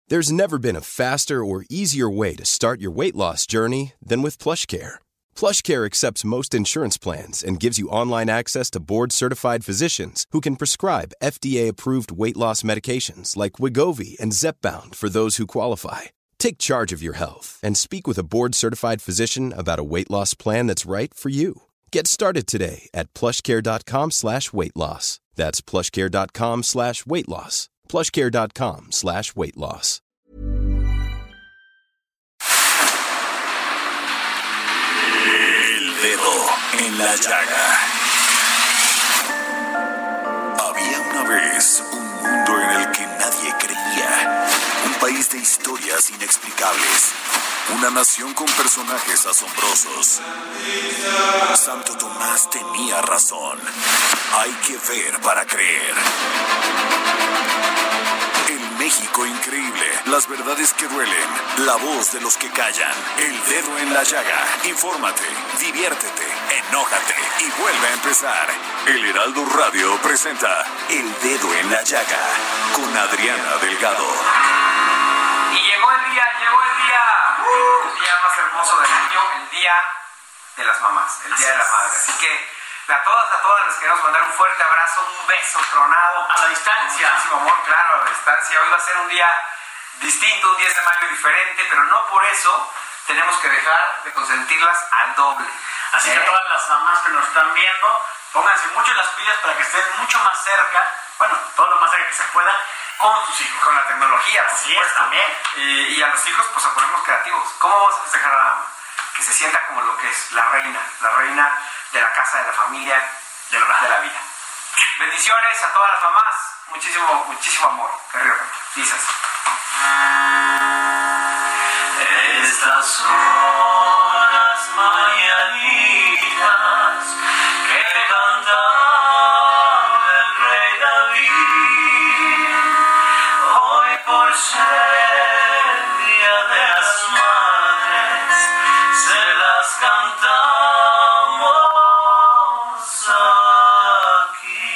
There's never been a faster or easier way to start your weight loss journey than with PlushCare. PlushCare accepts most insurance plans and gives you online access to board-certified physicians who can prescribe FDA-approved weight loss medications like Wegovy and Zepbound for those who qualify. Take charge of your health and speak with a board-certified physician about a weight loss plan that's right for you. Get started today at plushcare.com/weight loss. That's plushcare.com/weight loss. plushcare.com/weight loss. El dedo en la llaga. Había una vez un mundo en el que nadie creía. Un país de historias inexplicables. Una nación con personajes asombrosos. Santo Tomás tenía razón. Hay que ver para creer. El México increíble. Las verdades que duelen. La voz de los que callan. El dedo en la llaga. Infórmate, diviértete, enójate y vuelve a empezar. El Heraldo Radio presenta El Dedo en la Llaga con Adriana Delgado. Y llegó el día, el día más hermoso del año, el día de las mamás, el día de la madre. Así que a todas les queremos mandar un fuerte abrazo, un beso tronado. A la distancia. Muchísimo amor, claro, a la distancia. Hoy va a ser un día distinto, un 10 de mayo diferente, pero no por eso tenemos que dejar de consentirlas al doble. Así que todas las mamás que nos están viendo, pónganse mucho las pilas para que estén mucho más cerca, bueno, todo lo más cerca que se pueda, con sus hijos. Con la tecnología, por supuesto. También. Y a los hijos, pues a ponernos creativos. ¿Cómo vamos a festejar a la mamá? Que se sienta como lo que es, la reina de la casa, de la familia, de la vida. Bendiciones a todas las mamás. Muchísimo amor. Querido, dices. Estas son las mañanitas que cantaba el rey David. Hoy por ser día de las madres se las cantamos aquí.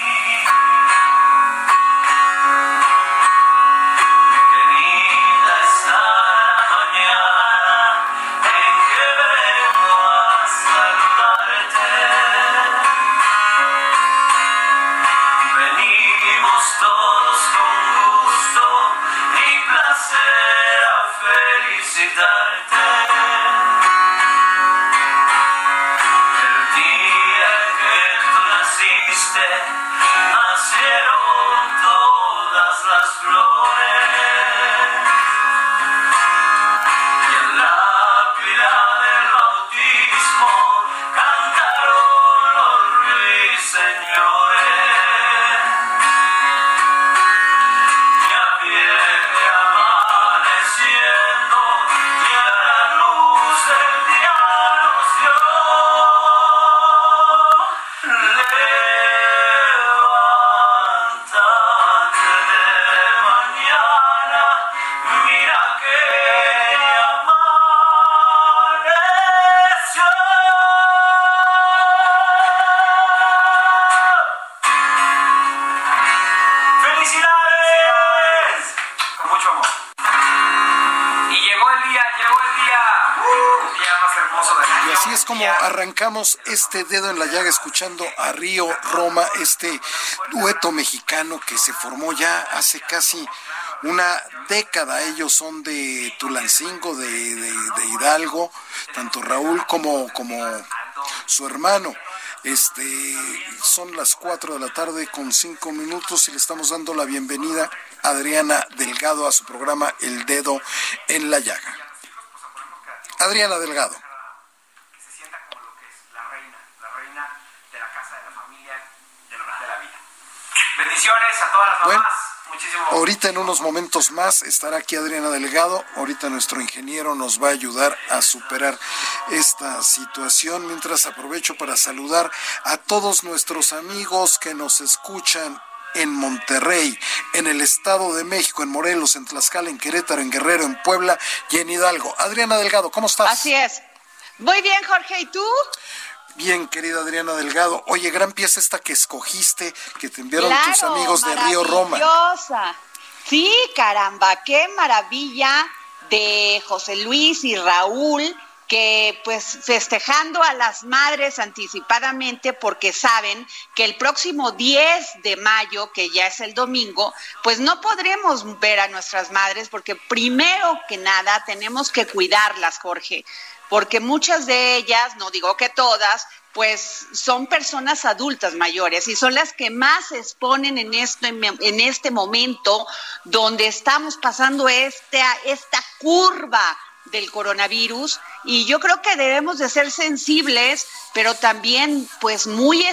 Qué linda está la mañana en que vengo a saludarte. Venimos todos con gusto y placer a felicitarte. El día en que tú naciste, nacieron todas las flores. Y en la pila del bautismo cantaron los ruiseñores. Ya viene amaneciendo y a la luz del día nos dio. Levántate de mañana, mira que amaneció. ¡Felicidades! Con mucho amor. Y llegó el día, el día más hermoso del año. Y así es como arrancamos este Dedo en la Llaga escuchando a Río Roma, este dueto mexicano que se formó ya hace casi una década. Ellos son de Tulancingo, de Hidalgo, tanto Raúl como su hermano. Son las 4 de la tarde con 5 minutos y le estamos dando la bienvenida a Adriana Delgado a su programa El Dedo en la Llaga. Adriana Delgado. Que se sienta como lo que es, la reina de la casa, de la familia, de la vida. Bendiciones a todas las mamás. Bueno, Muchísimo. ahorita en unos momentos más estará aquí Adriana Delgado. Ahorita nuestro ingeniero nos va a ayudar a superar esta situación. Mientras aprovecho para saludar a todos nuestros amigos que nos escuchan en Monterrey, en el Estado de México, en Morelos, en Tlaxcala, en Querétaro, en Guerrero, en Puebla y en Hidalgo. Adriana Delgado, ¿cómo estás? Así es. Muy bien, Jorge, ¿y tú? Bien, querida Adriana Delgado. Oye, gran pieza esta que escogiste, que te enviaron Claro, tus amigos de Río Roma. maravillosa. Sí, caramba, qué maravilla de José Luis y Raúl, que pues festejando a las madres anticipadamente porque saben que el próximo 10 de mayo, que ya es el domingo, pues no podremos ver a nuestras madres porque primero que nada tenemos que cuidarlas, Jorge, porque muchas de ellas, no digo que todas, pues son personas adultas mayores y son las que más se exponen en este momento donde estamos pasando esta curva del coronavirus, y yo creo que debemos de ser sensibles, pero también pues muy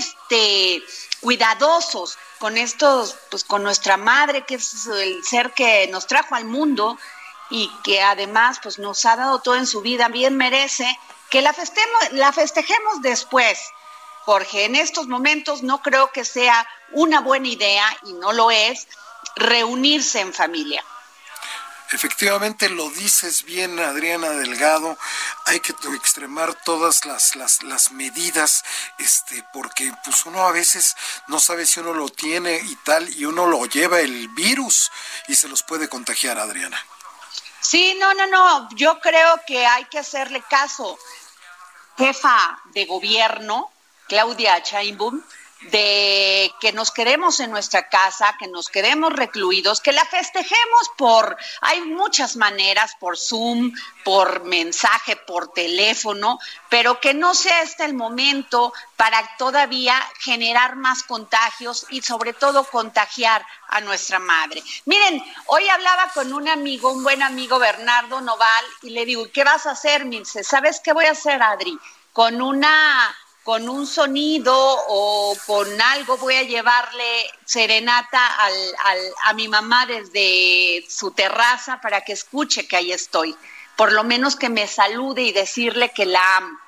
cuidadosos con estos, pues con nuestra madre, que es el ser que nos trajo al mundo y que además pues nos ha dado todo en su vida. Bien merece que la festejemos después, Jorge. En estos momentos no creo que sea una buena idea, y no lo es, reunirse en familia. Efectivamente, lo dices bien, Adriana Delgado. Hay que extremar todas las medidas, porque pues uno a veces no sabe si uno lo tiene y tal, y uno lo lleva el virus y se los puede contagiar, Adriana. Sí, no, yo creo que hay que hacerle caso. Jefa de gobierno, Claudia Sheinbaum, de que nos quedemos en nuestra casa, que nos quedemos recluidos, que la festejemos hay muchas maneras, por Zoom, por mensaje, por teléfono, pero que no sea este el momento para todavía generar más contagios y sobre todo contagiar a nuestra madre. Miren, hoy hablaba con un amigo, un buen amigo, Bernardo Noval, y le digo, ¿qué vas a hacer, Milce? ¿Sabes qué voy a hacer, Adri? Con un sonido o con algo voy a llevarle serenata a mi mamá desde su terraza para que escuche que ahí estoy. Por lo menos que me salude y decirle que la amo.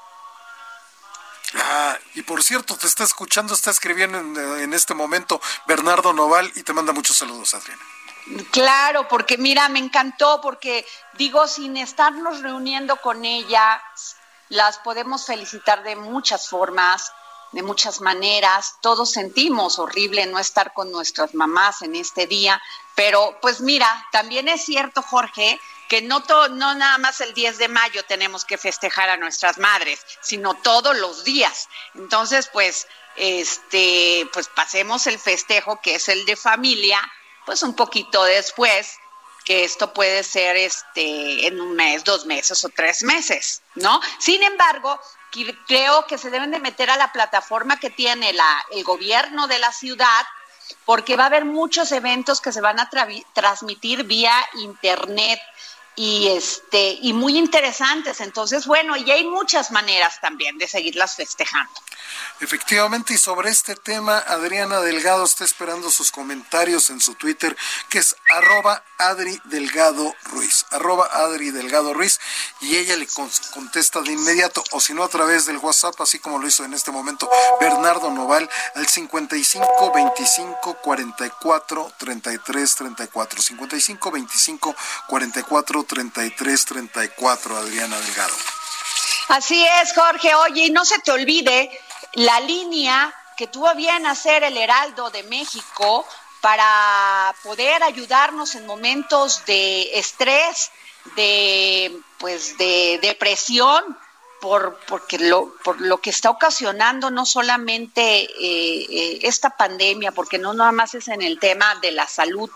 Y por cierto, te está escuchando, está escribiendo en este momento Bernardo Noval y te manda muchos saludos, Adriana. Claro, porque mira, me encantó, porque digo, sin estarnos reuniendo con ella, las podemos felicitar de muchas formas, de muchas maneras. Todos sentimos horrible no estar con nuestras mamás en este día, pero pues mira, también es cierto, Jorge, que no nada más el 10 de mayo tenemos que festejar a nuestras madres, sino todos los días. Entonces, pues pasemos el festejo, que es el de familia, pues un poquito después, que esto puede ser en un mes, 2 meses o 3 meses, ¿no? Sin embargo, creo que se deben de meter a la plataforma que tiene el gobierno de la ciudad, porque va a haber muchos eventos que se van a transmitir vía internet y muy interesantes. Entonces, bueno, y hay muchas maneras también de seguirlas festejando. Efectivamente, y sobre este tema, Adriana Delgado está esperando sus comentarios en su Twitter, que es @AdriDelgadoRuiz, @AdriDelgadoRuiz, y ella le contesta de inmediato, o si no a través del WhatsApp, así como lo hizo en este momento Bernardo Noval, al 55 25 44 33 34, 55 25 44 33 34, Adriana Delgado. Así es, Jorge. Oye, y no se te olvide la línea que tuvo bien hacer el Heraldo de México para poder ayudarnos en momentos de estrés, de depresión, por lo que está ocasionando no solamente esta pandemia, porque no nada más es en el tema de la salud,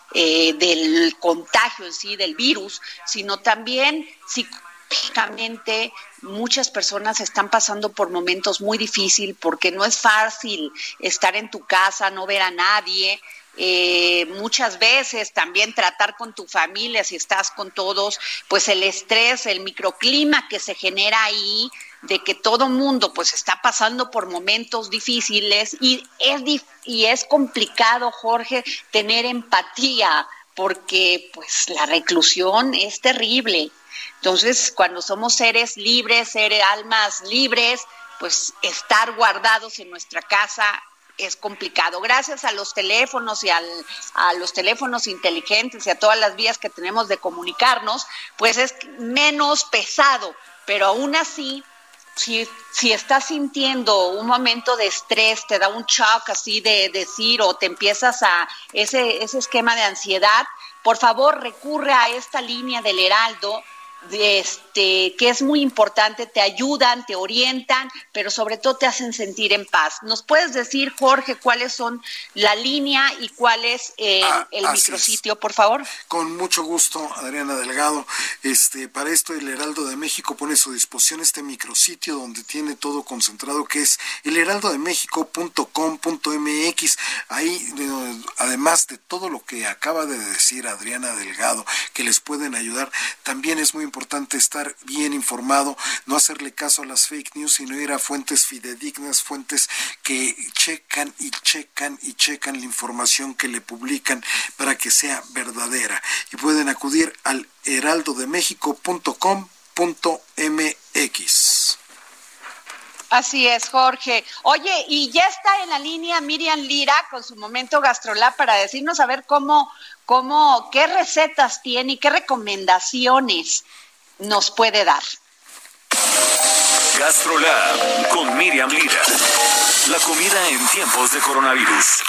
del contagio en sí, del virus, sino también psicológicamente muchas personas están pasando por momentos muy difíciles, porque no es fácil estar en tu casa, no ver a nadie. Muchas veces también tratar con tu familia, si estás con todos, pues el estrés, el microclima que se genera ahí, de que todo mundo pues está pasando por momentos difíciles, y es complicado, Jorge, tener empatía, porque pues la reclusión es terrible. Entonces, cuando somos seres libres, almas libres, pues estar guardados en nuestra casa es complicado. Gracias a los teléfonos y a los teléfonos inteligentes y a todas las vías que tenemos de comunicarnos, pues es menos pesado, pero aún así si estás sintiendo un momento de estrés, te da un shock así de decir, o te empiezas a ese esquema de ansiedad, por favor recurre a esta línea del Heraldo, que es muy importante, te ayudan, te orientan, pero sobre todo te hacen sentir en paz. ¿Nos puedes decir, Jorge, cuáles son la línea y cuál es el micrositio, por favor? Con mucho gusto, Adriana Delgado. Para esto el Heraldo de México pone a su disposición este micrositio donde tiene todo concentrado, que es elheraldodemexico.com.mx. Ahí, además de todo lo que acaba de decir Adriana Delgado, que les pueden ayudar, también es muy importante estar bien informado, no hacerle caso a las fake news, sino ir a fuentes fidedignas, fuentes que checan la información que le publican para que sea verdadera. Y pueden acudir al heraldodemexico.com.mx. Así es, Jorge. Oye, y ya está en la línea Miriam Lira con su momento GastroLab para decirnos a ver qué recetas tiene y qué recomendaciones nos puede dar. GastroLab con Miriam Lira. La comida en tiempos de coronavirus.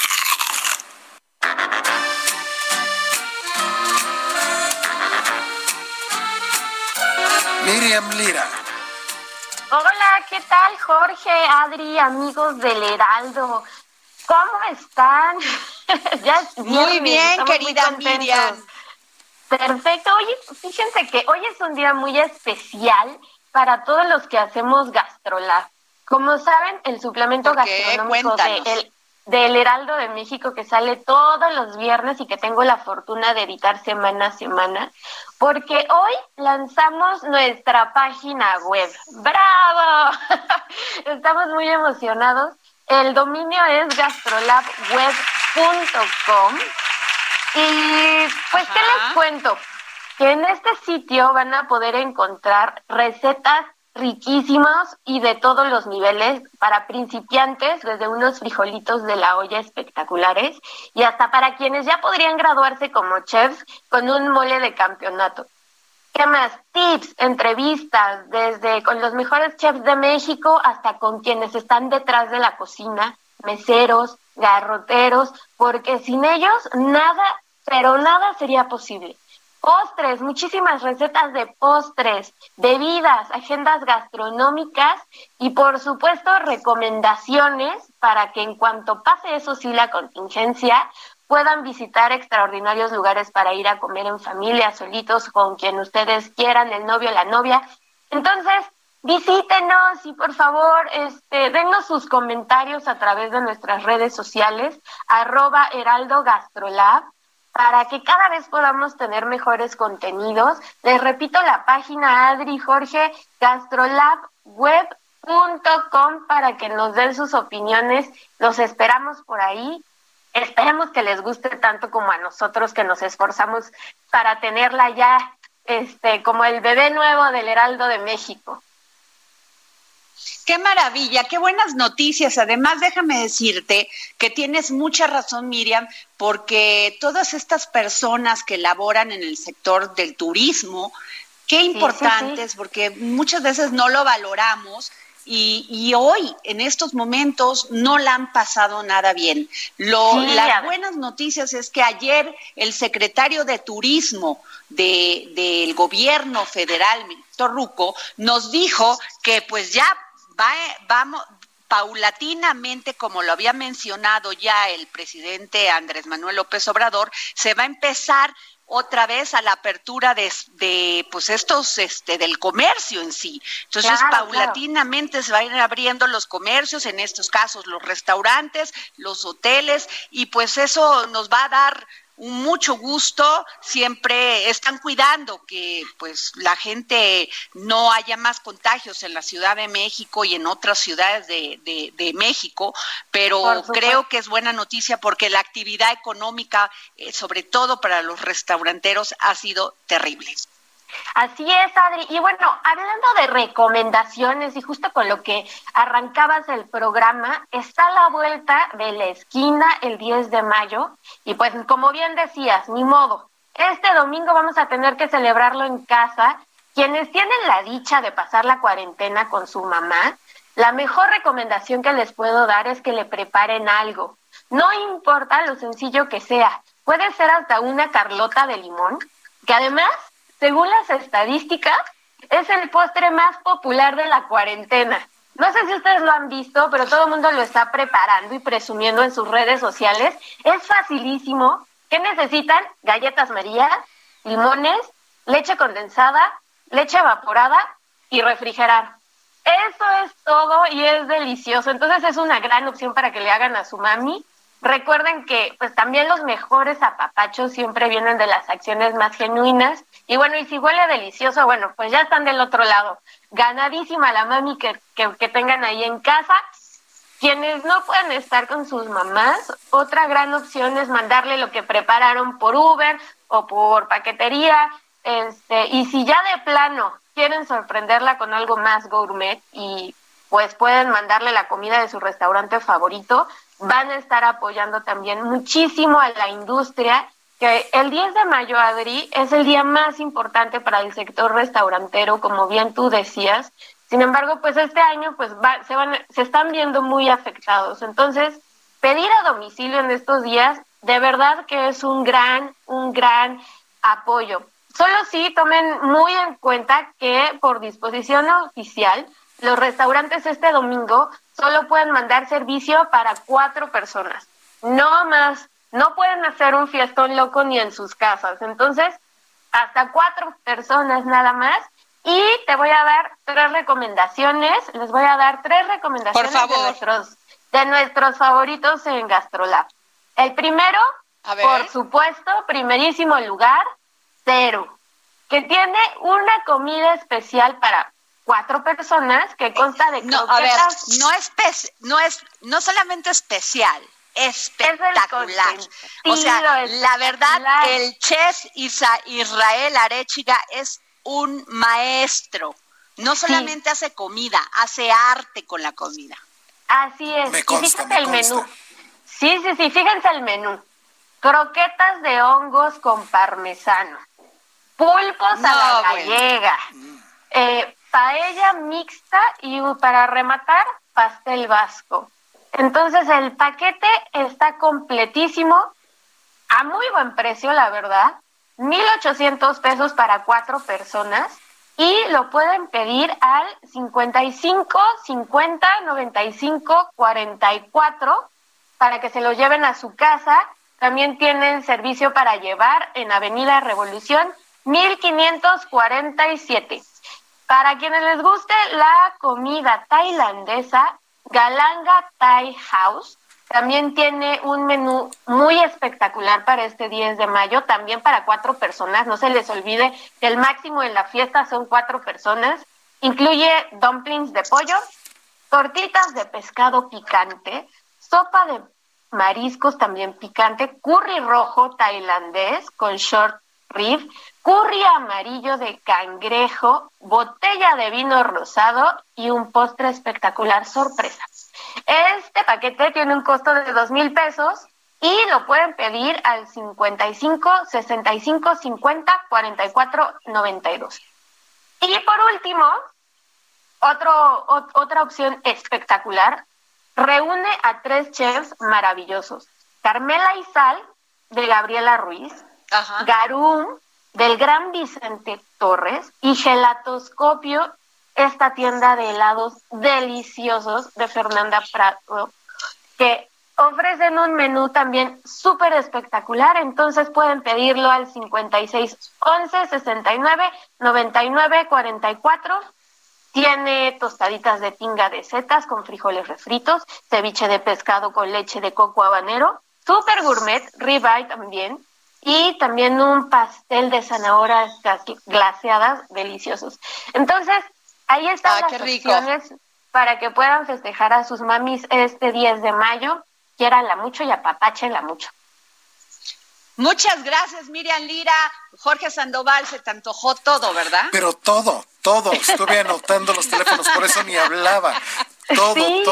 Miriam Lira. Hola, ¿qué tal, Jorge, Adri, amigos del Heraldo? ¿Cómo están? Ya es viernes, muy bien, querida Miriam. Perfecto. Oye, fíjense que hoy es un día muy especial para todos los que hacemos GastroLab. Como saben, el suplemento gastronómico del Heraldo de México, que sale todos los viernes y que tengo la fortuna de editar semana a semana, porque hoy lanzamos nuestra página web. ¡Bravo! Estamos muy emocionados. El dominio es gastrolabweb.com. Y pues, ¿qué les cuento? Que en este sitio van a poder encontrar recetas riquísimas y de todos los niveles para principiantes, desde unos frijolitos de la olla espectaculares y hasta para quienes ya podrían graduarse como chefs con un mole de campeonato. ¿Qué más? Tips, entrevistas, desde con los mejores chefs de México hasta con quienes están detrás de la cocina, meseros, garroteros, porque sin ellos nada, pero nada sería posible. Postres, muchísimas recetas de postres, bebidas, agendas gastronómicas y por supuesto recomendaciones para que en cuanto pase eso sí la contingencia puedan visitar extraordinarios lugares para ir a comer en familia, solitos, con quien ustedes quieran, el novio, la novia. Entonces, visítenos y por favor, dennos sus comentarios a través de nuestras redes sociales, @heraldogastrolab, para que cada vez podamos tener mejores contenidos. Les repito la página, Adri, Jorge, gastrolabweb.com, para que nos den sus opiniones. Los esperamos por ahí. Esperemos que les guste tanto como a nosotros, que nos esforzamos para tenerla ya como el bebé nuevo del Heraldo de México. ¡Qué maravilla! ¡Qué buenas noticias! Además, déjame decirte que tienes mucha razón, Miriam, porque todas estas personas que laboran en el sector del turismo, qué importantes, sí. Porque muchas veces no lo valoramos y hoy, en estos momentos, no la han pasado nada bien. Las buenas noticias es que ayer el secretario de Turismo del gobierno federal, Víctor Ruco, nos dijo que pues ya vamos paulatinamente, como lo había mencionado ya el presidente Andrés Manuel López Obrador, se va a empezar otra vez a la apertura de pues estos del comercio en sí. Entonces, paulatinamente se van a ir abriendo los comercios, en estos casos los restaurantes, los hoteles, y pues eso nos va a dar mucho gusto. Siempre están cuidando que pues la gente no haya más contagios en la Ciudad de México y en otras ciudades de México, pero creo que es buena noticia porque la actividad económica, sobre todo para los restauranteros, ha sido terrible. Así es, Adri. Y bueno, hablando de recomendaciones y justo con lo que arrancabas el programa, está a la vuelta de la esquina el 10 de mayo y pues como bien decías, ni modo, este domingo vamos a tener que celebrarlo en casa quienes tienen la dicha de pasar la cuarentena con su mamá, la mejor recomendación que les puedo dar es que le preparen algo. No importa lo sencillo que sea, puede ser hasta una carlota de limón, que además, según las estadísticas, es el postre más popular de la cuarentena. No sé si ustedes lo han visto, pero todo el mundo lo está preparando y presumiendo en sus redes sociales. Es facilísimo. ¿Qué necesitan? Galletas María, limones, leche condensada, leche evaporada y refrigerar. Eso es todo y es delicioso. Entonces es una gran opción para que le hagan a su mami. Recuerden que pues también los mejores apapachos siempre vienen de las acciones más genuinas. Y bueno, y si huele delicioso, bueno, pues ya están del otro lado. Ganadísima la mami que tengan ahí en casa. Quienes no pueden estar con sus mamás, otra gran opción es mandarle lo que prepararon por Uber o por paquetería. Y si ya de plano quieren sorprenderla con algo más gourmet y pues pueden mandarle la comida de su restaurante favorito, van a estar apoyando también muchísimo a la industria, que el 10 de mayo, Adri, es el día más importante para el sector restaurantero, como bien tú decías. Sin embargo, pues este año pues se están viendo muy afectados. Entonces, pedir a domicilio en estos días, de verdad que es un gran apoyo. Solo sí tomen muy en cuenta que por disposición oficial, los restaurantes este domingo solo pueden mandar servicio para 4 personas, no más. No pueden hacer un fiestón loco ni en sus casas. Entonces, hasta 4 personas nada más. Y te voy a dar 3 recomendaciones. Les voy a dar 3 recomendaciones de nuestros favoritos en GastroLab. El primero, por supuesto, primerísimo lugar, Cero, que tiene una comida especial para 4 personas que consta de croquetas. No solamente especial, espectacular. O sea, la verdad, el chef Israel Arechiga es un maestro. No solamente hace comida, hace arte con la comida. Así es. Me consta. El menú. Sí, fíjense el menú. Croquetas de hongos con parmesano, pulpos a la gallega, paella mixta y para rematar, pastel vasco. Entonces el paquete está completísimo, a muy buen precio, la verdad, 1,800 pesos para 4 personas y lo pueden pedir al 55 50 95 44 para que se lo lleven a su casa. También tienen servicio para llevar en Avenida Revolución 1547. Para quienes les guste la comida tailandesa, Galanga Thai House también tiene un menú muy espectacular para este 10 de mayo, también para 4 personas. No se les olvide que el máximo en la fiesta son 4 personas. Incluye dumplings de pollo, tortitas de pescado picante, sopa de mariscos también picante, curry rojo tailandés con short rib, curry amarillo de cangrejo, botella de vino rosado y un postre espectacular sorpresa. Este paquete tiene un costo de 2,000 pesos y lo pueden pedir al 55 65 50 44 92. Y por último, otra opción espectacular, reúne a 3 chefs maravillosos. Carmela Izal, de Gabriela Ruiz, Garum, del gran Vicente Torres, y Gelatoscopio, esta tienda de helados deliciosos de Fernanda Prado, que ofrecen un menú también súper espectacular. Entonces pueden pedirlo al 56 11 69 99 44. Tiene tostaditas de tinga de setas con frijoles refritos, ceviche de pescado con leche de coco habanero, super gourmet, ribeye también, y también un pastel de zanahorias glaseadas deliciosos. Entonces, ahí están las opciones para que puedan festejar a sus mamis este 10 de mayo. Quiéranla mucho y apapáchenla mucho. Muchas gracias, Miriam Lira. Jorge Sandoval, se te antojó todo, ¿verdad? Pero todo. Estuve anotando los teléfonos, por eso ni hablaba. Todo. Sí.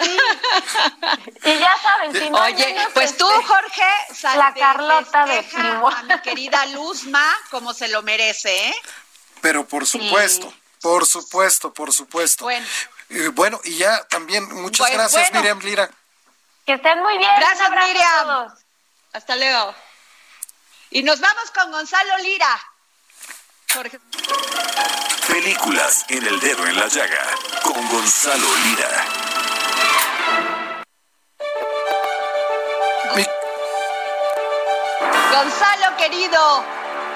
Y ya saben, si no... Oye, pues tú, Jorge, la Carlota de Primo. a mi querida Luzma, como se lo merece, ¿eh? Pero por supuesto, Sí. por supuesto. Bueno, y ya también muchas gracias, Miriam Lira. Que estén muy bien. Gracias, Un abrazo Miriam. a todos. Hasta luego. Y nos vamos con Gonzalo Lira. Jorge. Películas en el dedo en la llaga con Gonzalo Lira. Gonzalo, querido.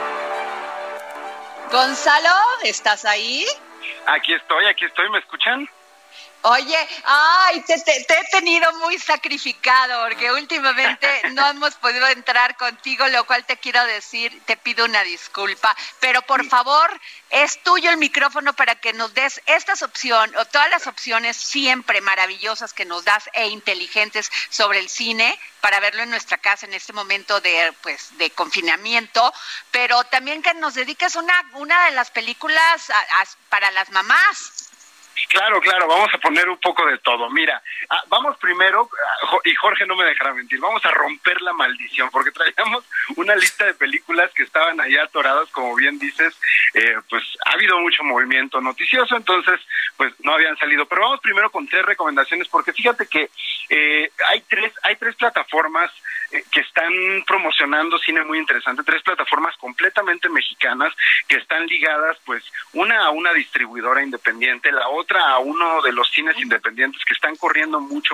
Gonzalo, ¿estás ahí? Aquí estoy, ¿me escuchan? Oye, te he tenido muy sacrificado porque últimamente no hemos podido entrar contigo, lo cual te quiero decir, te pido una disculpa, pero por favor, es tuyo el micrófono para que nos des estas opciones, o todas las opciones siempre maravillosas que nos das e inteligentes sobre el cine, para verlo en nuestra casa en este momento de confinamiento, pero también que nos dediques una de las películas para las mamás. Claro, vamos a poner un poco de todo. Mira, vamos primero, y Jorge no me dejará mentir, vamos a romper la maldición, porque traíamos una lista de películas que estaban ahí atoradas, como bien dices, pues ha habido mucho movimiento noticioso, entonces pues no habían salido. Pero vamos primero con 3 recomendaciones, porque fíjate que hay tres plataformas que están promocionando cine muy interesante, 3 plataformas completamente mexicanas que están ligadas, pues, una a una distribuidora independiente, la otra a uno de los cines independientes que están corriendo mucho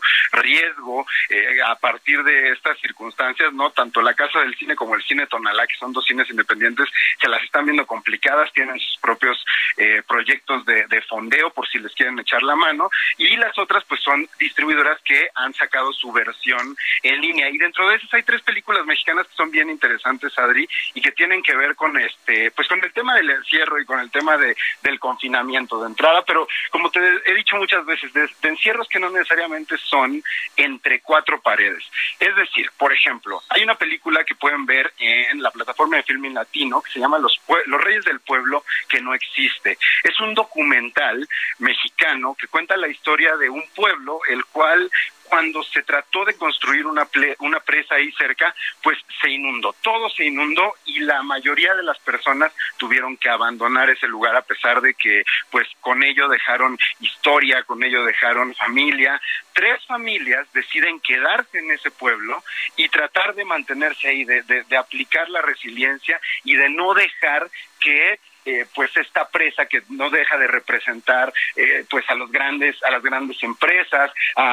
riesgo a partir de estas circunstancias, ¿no? Tanto la Casa del Cine como el Cine Tonalá, que son 2 cines independientes, se las están viendo complicadas, tienen sus propios proyectos de fondeo por si les quieren echar la mano, y las otras pues son distribuidoras que han sacado su versión en línea, y dentro de esas hay 3 películas mexicanas que son bien interesantes, Adri, y que tienen que ver con pues con el tema del encierro y con el tema del confinamiento de entrada, pero como te he dicho muchas veces, de encierros que no necesariamente son entre 4 paredes. Es decir, por ejemplo, hay una película que pueden ver en la plataforma de Filmin Latino que se llama Los Reyes del Pueblo que no existe. Es un documental mexicano que cuenta la historia de un pueblo el cual, cuando se trató de construir una presa ahí cerca, pues se inundó, todo se inundó, y la mayoría de las personas tuvieron que abandonar ese lugar, a pesar de que pues con ello dejaron historia, con ello dejaron familia. 3 familias deciden quedarse en ese pueblo y tratar de mantenerse ahí, de aplicar la resiliencia y de no dejar que pues esta presa, que no deja de representar pues a las grandes empresas,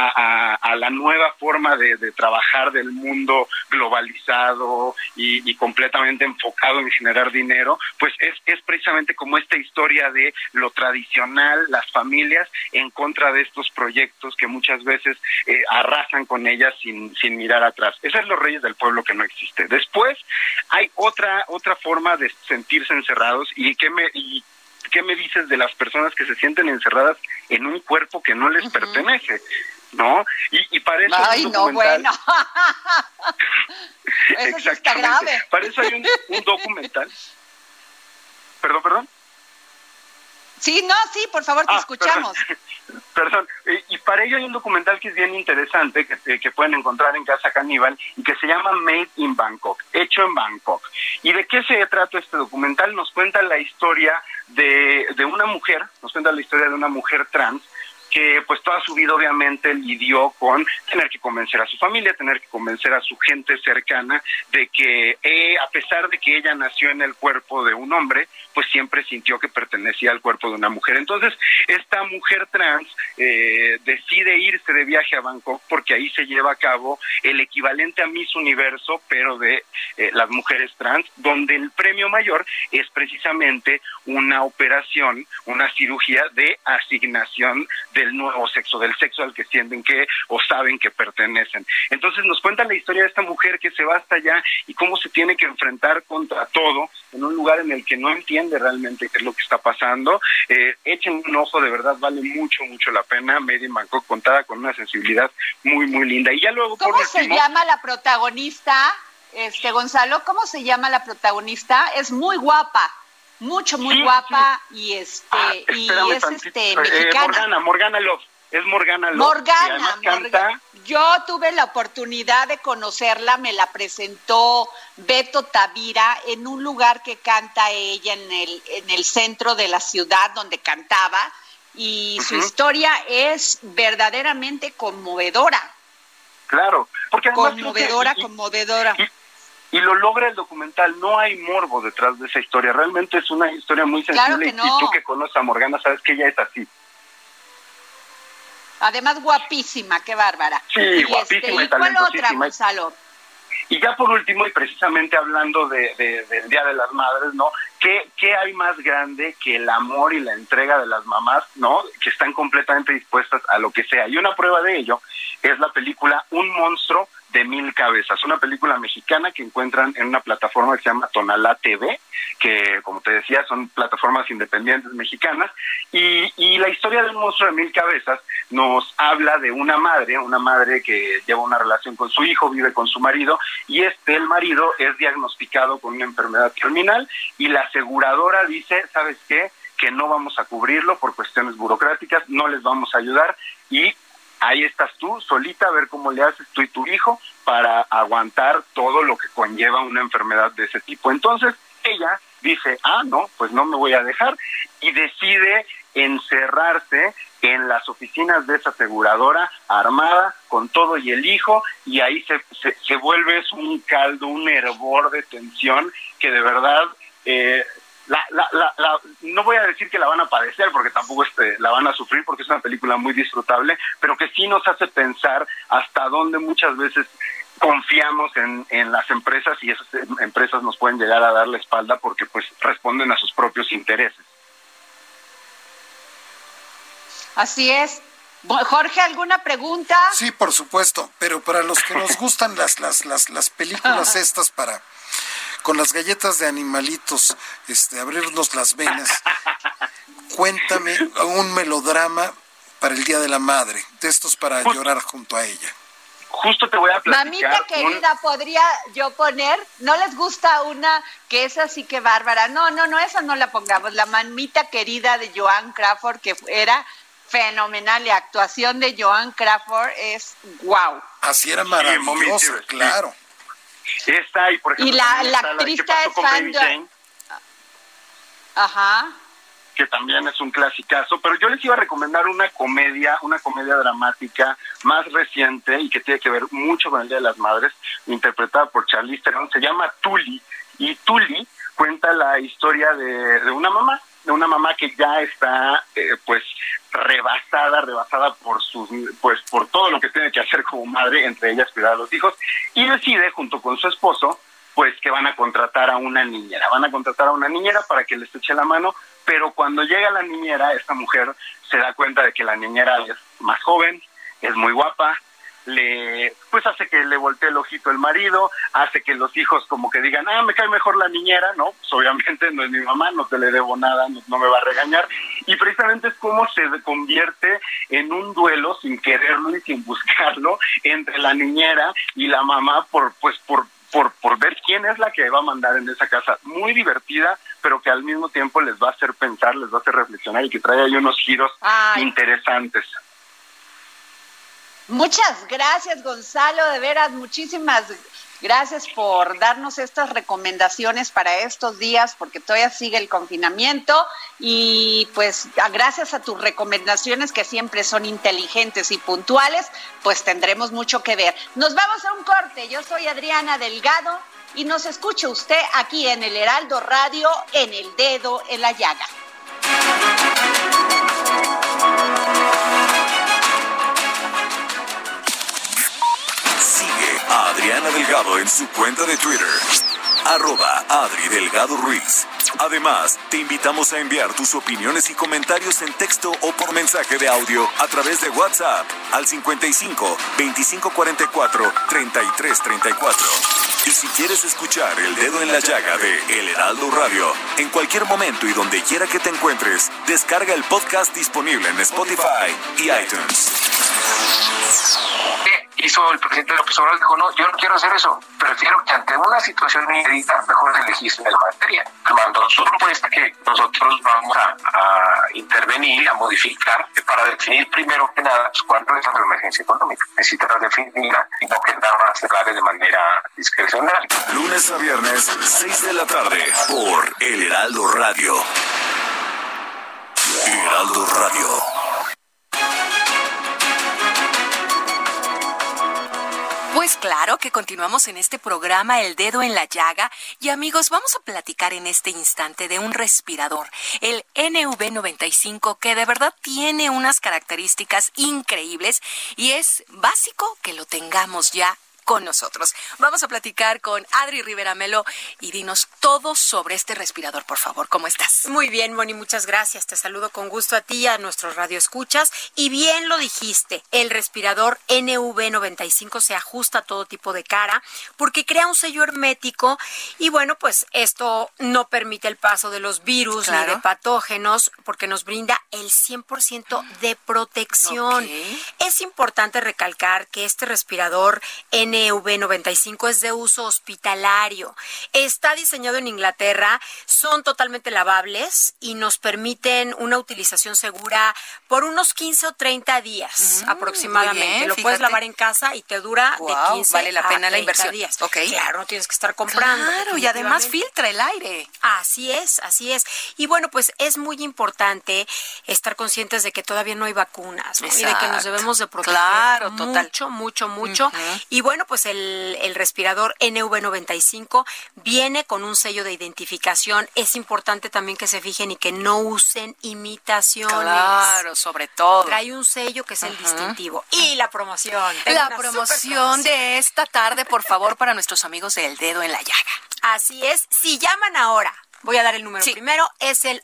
a la nueva forma de trabajar del mundo globalizado y completamente enfocado en generar dinero, pues es precisamente como esta historia de lo tradicional, las familias en contra de estos proyectos que muchas veces arrasan con ellas sin mirar atrás. Esa es Los Reyes del Pueblo que no existe. Después hay otra forma de sentirse encerrados. ¿Y qué me dices de las personas que se sienten encerradas en un cuerpo que no les pertenece? ¿No? Y para eso hay un documental. No, bueno. Eso sí está grave. Para eso hay un documental. ¿Perdón? Sí, por favor, te escuchamos. Perdón. Y para ello hay un documental que es bien interesante, que pueden encontrar en Casa Caníbal, y que se llama Made in Bangkok, hecho en Bangkok. ¿Y de qué se trata este documental? Nos cuenta la historia de una mujer, trans, que pues toda su vida obviamente lidió con tener que convencer a su familia, tener que convencer a su gente cercana de que a pesar de que ella nació en el cuerpo de un hombre, pues siempre sintió que pertenecía al cuerpo de una mujer. Entonces esta mujer trans decide irse de viaje a Bangkok, porque ahí se lleva a cabo el equivalente a Miss Universo, pero de las mujeres trans, donde el premio mayor es precisamente una operación, una cirugía de asignación del nuevo sexo, del sexo al que sienten que o saben que pertenecen. Entonces nos cuentan la historia de esta mujer que se va hasta allá y cómo se tiene que enfrentar contra todo en un lugar en el que no entiende realmente qué es lo que está pasando. Echen un ojo, de verdad vale mucho la pena. Made in Bangkok, contada con una sensibilidad muy linda. Y ya luego, ¿cómo se llama la protagonista, Gonzalo? ¿Cómo se llama la protagonista? Es muy guapa. Muy guapa, y es mexicana. Morgana Love. Es Morgana Love. Morgana. Yo tuve la oportunidad de conocerla, me la presentó Beto Tavira en un lugar que canta ella en el centro de la ciudad donde cantaba, y su historia es verdaderamente conmovedora. Claro, porque además conmovedora. Y lo logra el documental, no hay morbo detrás de esa historia, realmente es una historia muy sensible. Claro que no. Y tú que conoces a Morgana sabes que ella es así. Además, guapísima, qué bárbara. Sí, guapísima y talentosísima. ¿Cuál otra, Gonzalo? Y ya por último, y precisamente hablando del Día de las Madres, ¿no? ¿Qué hay más grande que el amor y la entrega de las mamás, ¿no? Que están completamente dispuestas a lo que sea. Y una prueba de ello es la película Un monstruo de 1000 cabezas, una película mexicana que encuentran en una plataforma que se llama Tonalá TV, que como te decía son plataformas independientes mexicanas, y la historia de Un monstruo de 1000 cabezas nos habla de una madre que lleva una relación con su hijo, vive con su marido, y el marido es diagnosticado con una enfermedad terminal, y la aseguradora dice, ¿sabes qué? Que no vamos a cubrirlo por cuestiones burocráticas, no les vamos a ayudar, y ahí estás tú, solita, a ver cómo le haces tú y tu hijo para aguantar todo lo que conlleva una enfermedad de ese tipo. Entonces, ella dice, no, pues no me voy a dejar, y decide encerrarse en las oficinas de esa aseguradora, armada, con todo y el hijo, y ahí se vuelve un caldo, un hervor de tensión que de verdad... no voy a decir que la van a padecer porque tampoco la van a sufrir porque es una película muy disfrutable, pero que sí nos hace pensar hasta dónde muchas veces confiamos en las empresas y esas empresas nos pueden llegar a dar la espalda porque pues responden a sus propios intereses. Así es. Jorge, ¿alguna pregunta? Sí, por supuesto, pero para los que nos gustan las películas estas con las galletas de animalitos, abrirnos las venas. Cuéntame un melodrama para el Día de la Madre, de estos para llorar junto a ella. Justo te voy a platicar. Mamita querida, ¿podría yo poner? ¿No les gusta una que es así que bárbara? No, esa no la pongamos. La Mamita querida de Joan Crawford, que era fenomenal. La actuación de Joan Crawford es guau. Así era maravilloso, sí, claro. Esta y por ejemplo y la actriz es fan. Ajá. Que también es un clasicazo, pero yo les iba a recomendar una comedia dramática más reciente y que tiene que ver mucho con el Día de las Madres, interpretada por Charlize Theron. Se llama Tully, y Tully cuenta la historia de una mamá que ya está rebasada por todo lo que tiene que hacer como madre, entre ellas cuidar a los hijos, y decide junto con su esposo pues que van a contratar a una niñera para que les eche la mano, pero cuando llega la niñera, esta mujer se da cuenta de que la niñera es más joven, es muy guapa, pues hace que le voltee el ojito el marido, hace que los hijos como que digan, me cae mejor la niñera, ¿no? Pues obviamente no es mi mamá, no te le debo nada, no me va a regañar, y precisamente es como se convierte en un duelo sin quererlo y sin buscarlo entre la niñera y la mamá por ver quién es la que va a mandar en esa casa. Muy divertida, pero que al mismo tiempo les va a hacer pensar, les va a hacer reflexionar y que trae ahí unos giros interesantes. Muchas gracias, Gonzalo, de veras, muchísimas gracias por darnos estas recomendaciones para estos días, porque todavía sigue el confinamiento, y pues gracias a tus recomendaciones, que siempre son inteligentes y puntuales, pues tendremos mucho que ver. Nos vamos a un corte. Yo soy Adriana Delgado y nos escucha usted aquí en el Heraldo Radio, en El Dedo en la Llaga. Sigue a Adriana Delgado en su cuenta de Twitter, @AdriDelgadoRuiz. Además, te invitamos a enviar tus opiniones y comentarios en texto o por mensaje de audio a través de WhatsApp al 55 2544 3334. Y si quieres escuchar El Dedo en la Llaga de El Heraldo Radio, en cualquier momento y donde quiera que te encuentres, descarga el podcast disponible en Spotify y iTunes. hizo el presidente López Obrador, dijo, no, yo no quiero hacer eso, prefiero que ante una situación inédita mejor se legisle la materia. Mandó su propuesta que nosotros vamos a intervenir, a modificar, para definir primero que nada cuándo es la emergencia económica. Necesitas definirla y no que nada más se haga de manera discrecional. Lunes a viernes, 6 de la tarde, por El Heraldo Radio. Heraldo Radio. Pues claro que continuamos en este programa El Dedo en la Llaga y amigos, vamos a platicar en este instante de un respirador, el NV95, que de verdad tiene unas características increíbles y es básico que lo tengamos ya con nosotros. Vamos a platicar con Adri Rivera Melo y dinos todo sobre este respirador, por favor. ¿Cómo estás? Muy bien, Moni, muchas gracias. Te saludo con gusto a ti y a nuestros radioescuchas. Y bien lo dijiste, el respirador NV95 se ajusta a todo tipo de cara porque crea un sello hermético y bueno, pues esto no permite el paso de los virus ni de patógenos porque nos brinda el 100% de protección. Es importante recalcar que este respirador NV95 es de uso hospitalario. Está diseñado en Inglaterra, son totalmente lavables y nos permiten una utilización segura por unos 15 o 30 días aproximadamente. Bien, lo puedes lavar en casa y te dura de 15 vale la pena a 30 la inversión. días. Okay. Claro, no tienes que estar comprando. Claro, y además filtra el aire. Así es, así es. Y bueno, pues es muy importante estar conscientes de que todavía no hay vacunas, ¿no? Y de que nos debemos de proteger mucho. Y bueno, pues el respirador NV95 viene con un sello de identificación. Es importante también que se fijen y que no usen imitaciones. Claro, sobre todo. Trae un sello que es el distintivo. Y la promoción. La promoción de esta tarde, por favor, para nuestros amigos del Dedo en la Llaga. Así es. Si llaman ahora, voy a dar el número primero, es el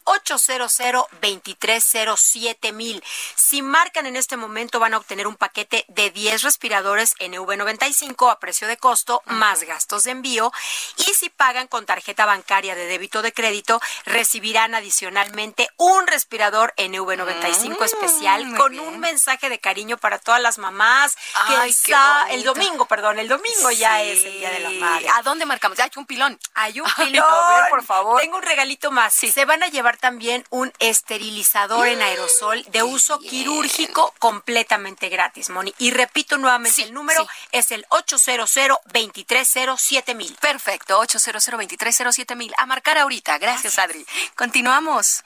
800-2307-1000. Si marcan en este momento van a obtener un paquete de 10 respiradores NV95 a precio de costo, más gastos de envío. Y si pagan con tarjeta bancaria de débito o de crédito, recibirán adicionalmente un respirador NV95 especial con un mensaje de cariño para todas las mamás. El domingo ya es el Día de la Madre. ¿A dónde marcamos? Hay un pilón. Hay un pilón. A ver, por favor. Tengo un regalito más. Se van a llevar también un esterilizador en aerosol de uso quirúrgico completamente gratis, Moni. Y repito nuevamente el número, es el 800-2307-1000. Perfecto, 800-2307-1000. A marcar ahorita. Gracias, Adri. Continuamos.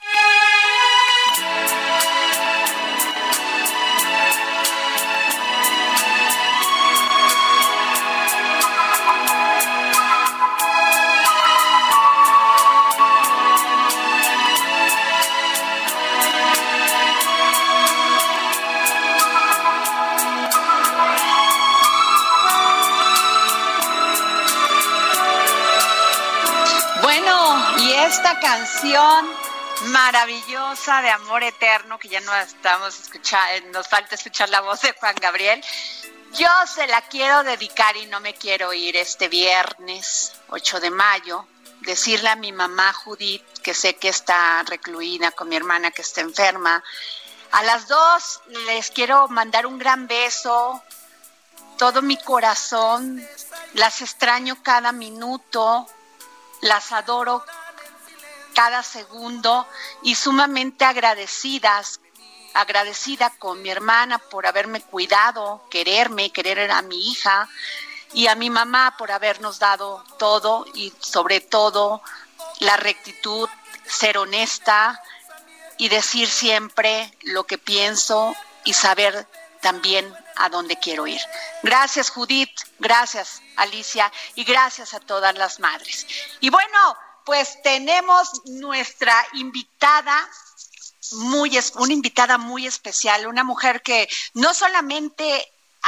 Y esta canción maravillosa de Amor Eterno, que ya no estamos escuchando, nos falta escuchar la voz de Juan Gabriel, yo se la quiero dedicar y no me quiero ir este viernes 8 de mayo, decirle a mi mamá Judith, que sé que está recluida con mi hermana que está enferma. A las dos les quiero mandar un gran beso, todo mi corazón, las extraño cada minuto, las adoro cada segundo y sumamente agradecida con mi hermana por haberme cuidado, querer a mi hija y a mi mamá por habernos dado todo y sobre todo la rectitud, ser honesta y decir siempre lo que pienso y saber también a dónde quiero ir. Gracias, Judith, gracias, Alicia, y gracias a todas las madres. Y bueno, pues tenemos nuestra invitada, una invitada muy especial, una mujer que no solamente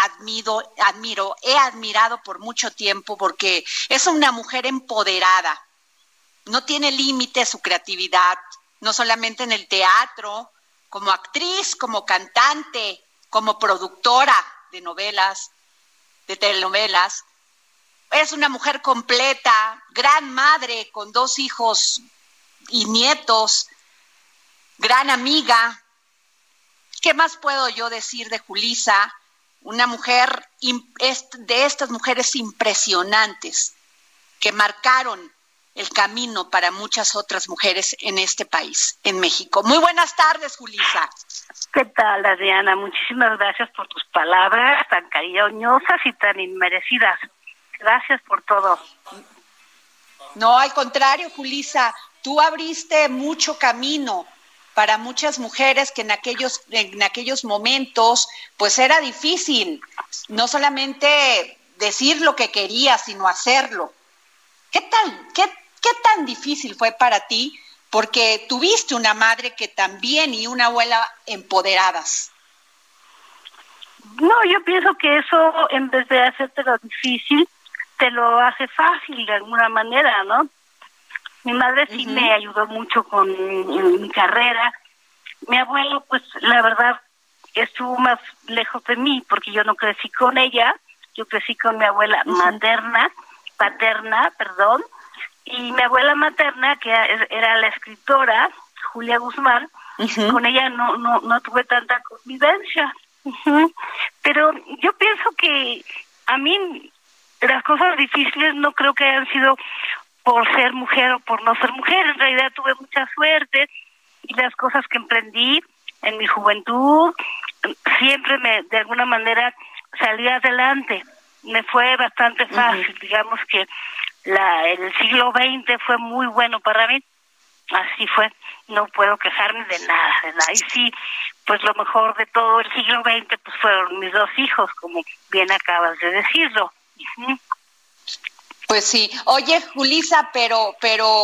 he admirado por mucho tiempo porque es una mujer empoderada, no tiene límite su creatividad, no solamente en el teatro, como actriz, como cantante, como productora de novelas, de telenovelas. Es una mujer completa, gran madre con 2 hijos y nietos, gran amiga. ¿Qué más puedo yo decir de Julisa? una mujer de estas mujeres impresionantes que marcaron el camino para muchas otras mujeres en este país, en México. Muy buenas tardes, Julissa. ¿Qué tal, Adriana? Muchísimas gracias por tus palabras tan cariñosas y tan inmerecidas. Gracias por todo. No, al contrario, Julissa, tú abriste mucho camino para muchas mujeres que en aquellos momentos pues era difícil no solamente decir lo que querías, sino hacerlo. ¿Qué tan difícil fue para ti? Porque tuviste una madre que también y una abuela empoderadas. No, yo pienso que eso, en vez de hacértelo difícil, te lo hace fácil de alguna manera, ¿no? Mi madre sí me ayudó mucho con mi carrera. Mi abuelo, pues, la verdad, estuvo más lejos de mí, porque yo no crecí con ella. Yo crecí con mi abuela paterna, y mi abuela materna, que era la escritora, Julia Guzmán, con ella no tuve tanta convivencia. Pero yo pienso que a mí las cosas difíciles no creo que hayan sido por ser mujer o por no ser mujer. En realidad tuve mucha suerte y las cosas que emprendí en mi juventud siempre de alguna manera salí adelante. Me fue bastante fácil, digamos que el siglo XX fue muy bueno para mí. Así fue, no puedo quejarme de nada. Y sí, pues lo mejor de todo el siglo XX pues fueron mis 2 hijos, como bien acabas de decirlo. Pues sí. Oye, Julissa, pero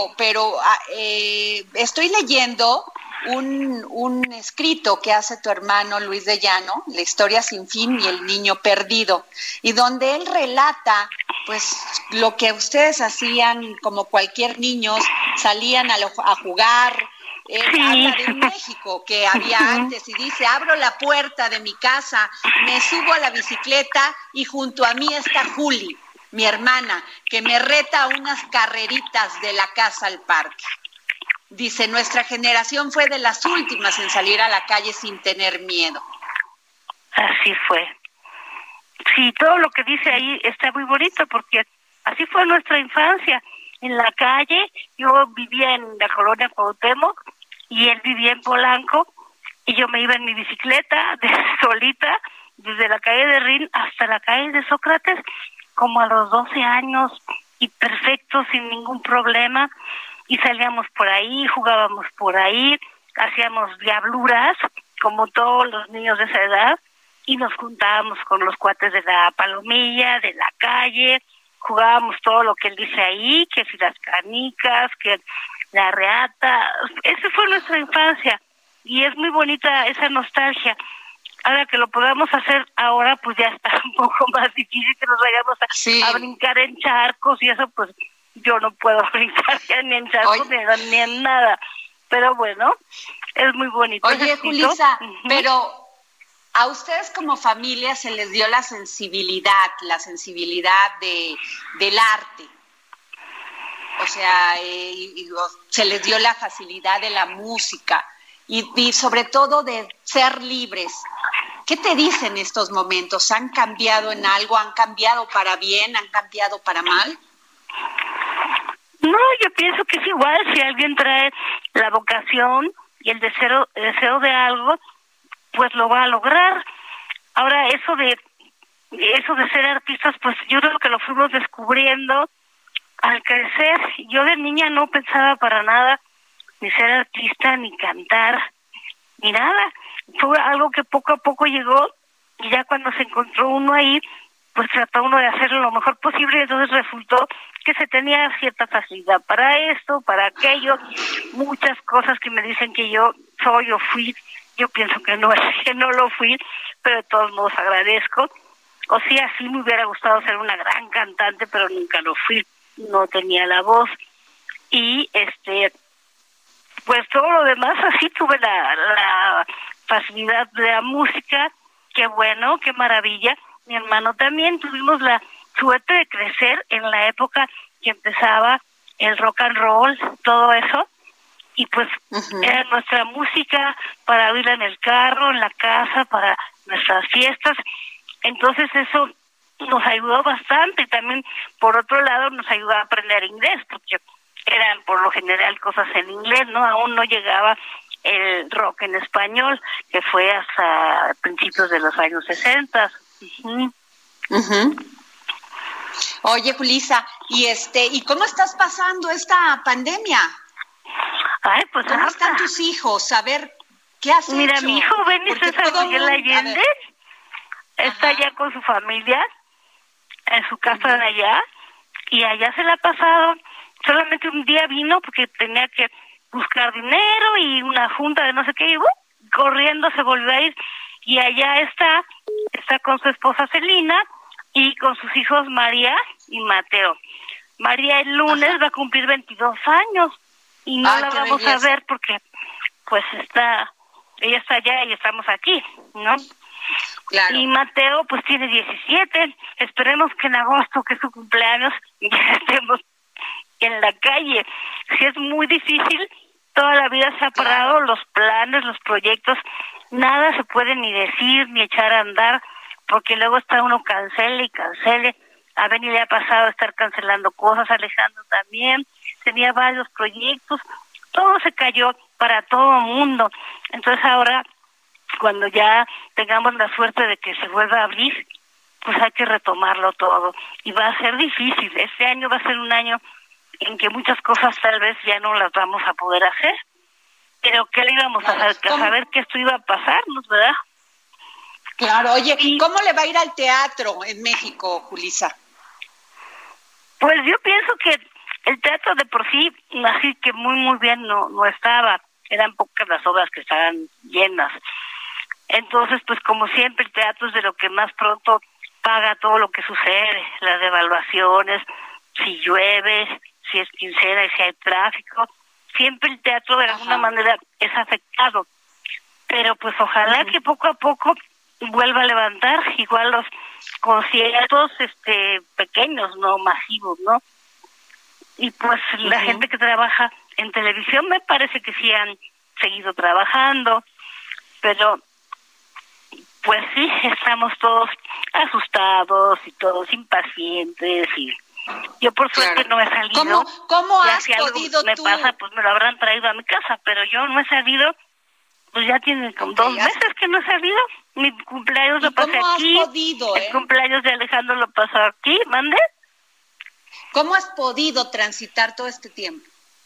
estoy leyendo un escrito que hace tu hermano Luis de Llano, La historia sin fin y el niño perdido, y donde él relata pues lo que ustedes hacían como cualquier niño, salían a jugar. Habla de un México que había antes y dice: abro la puerta de mi casa, me subo a la bicicleta y junto a mí está Juli, mi hermana, que me reta a unas carreritas de la casa al parque. Dice: nuestra generación fue de las últimas en salir a la calle sin tener miedo. Así fue. Sí, todo lo que dice ahí está muy bonito, porque así fue nuestra infancia. En la calle, yo vivía en la colonia Cuauhtémoc y él vivía en Polanco, y yo me iba en mi bicicleta solita desde la calle de Rin hasta la calle de Sócrates, como a los 12 años, y perfecto, sin ningún problema. Y salíamos por ahí, jugábamos por ahí, hacíamos diabluras, como todos los niños de esa edad, y nos juntábamos con los cuates de la palomilla, de la calle, jugábamos todo lo que él dice ahí, que si las canicas, que la reata. Esa fue nuestra infancia, y es muy bonita esa nostalgia. Ahora que lo podamos hacer ahora, pues ya está un poco más difícil que nos vayamos a brincar en charcos, y eso pues yo no puedo brincar ya ni en charcos ni en nada. Pero bueno, es muy bonito. Oye, Julissa, pero a ustedes como familia se les dio la sensibilidad del arte. O sea, se les dio la facilidad de la música y sobre todo de ser libres. ¿Qué te dicen estos momentos? ¿Han cambiado en algo? ¿Han cambiado para bien? ¿Han cambiado para mal? No, yo pienso que es igual. Si alguien trae la vocación y el deseo de algo, pues lo va a lograr. Ahora, eso de ser artistas, pues yo creo que lo fuimos descubriendo al crecer. Yo de niña no pensaba para nada ni ser artista, ni cantar, ni nada. Fue algo que poco a poco llegó, y ya cuando se encontró uno ahí, pues trató uno de hacerlo lo mejor posible, y entonces resultó que se tenía cierta facilidad para esto, para aquello, muchas cosas que me dicen que yo soy o fui. Yo pienso que no lo fui, pero de todos modos agradezco. O sí, así me hubiera gustado ser una gran cantante, pero nunca lo fui, no tenía la voz. Y pues todo lo demás, así tuve la facilidad de la música. Qué bueno, qué maravilla. Mi hermano también, tuvimos la suerte de crecer en la época que empezaba el rock and roll, todo eso. Y pues era nuestra música para oírla en el carro, en la casa, para nuestras fiestas. Entonces eso nos ayudó bastante y también por otro lado nos ayudó a aprender inglés, porque eran por lo general cosas en inglés, ¿no? Aún no llegaba el rock en español, que fue hasta principios de los años 60. Uh-huh. Uh-huh. Oye, Julissa, ¿y cómo estás pasando esta pandemia? Ay, pues ¿cómo están tus hijos? A ver, ¿qué has Mira, hecho? mi hijo Benny César Miguel Allende está allá con su familia, en su casa de allá, y allá se la ha pasado. Solamente un día vino porque tenía que buscar dinero y una junta de no sé qué, y corriendo se volvió a ir. Y allá está con su esposa Celina y con sus hijos María y Mateo. María el lunes va a cumplir 22 años y no la vamos a ver porque pues ella está allá y estamos aquí, ¿no? Claro. Y Mateo pues tiene 17. Esperemos que en agosto, que es su cumpleaños, ya estemos en la calle. Si es muy difícil, toda la vida se ha parado, los planes, los proyectos, nada se puede ni decir ni echar a andar, porque luego está uno cancele y cancele. A Benny le ha pasado estar cancelando cosas, Alejandro también, tenía varios proyectos, todo se cayó para todo el mundo. Entonces ahora, cuando ya tengamos la suerte de que se vuelva a abrir, pues hay que retomarlo todo. Y va a ser difícil, este año va a ser un año en que muchas cosas tal vez ya no las vamos a poder hacer, pero ¿qué le íbamos a saber que esto iba a pasarnos, verdad? Claro, oye, ¿cómo le va a ir al teatro en México, Julissa? Pues yo pienso que el teatro de por sí, así que muy bien no estaba, eran pocas las obras que estaban llenas. Entonces, pues como siempre, el teatro es de lo que más pronto paga todo lo que sucede, las devaluaciones, si llueve, si es quincena y si hay tráfico, siempre el teatro de alguna manera es afectado. Pero pues ojalá que poco a poco vuelva a levantar, igual los conciertos pequeños, no masivos, ¿no? Y pues la gente que trabaja en televisión me parece que sí han seguido trabajando, pero pues sí, estamos todos asustados y todos impacientes y yo por suerte no he salido. ¿Cómo has podido me pasa, pues me lo habrán traído a mi casa, pero yo no he salido, pues ya tiene como 2 meses que no he salido. Mi cumpleaños lo pasé aquí, el cumpleaños de Alejandro lo pasó aquí, ¿mande? ¿Cómo has podido transitar todo este tiempo?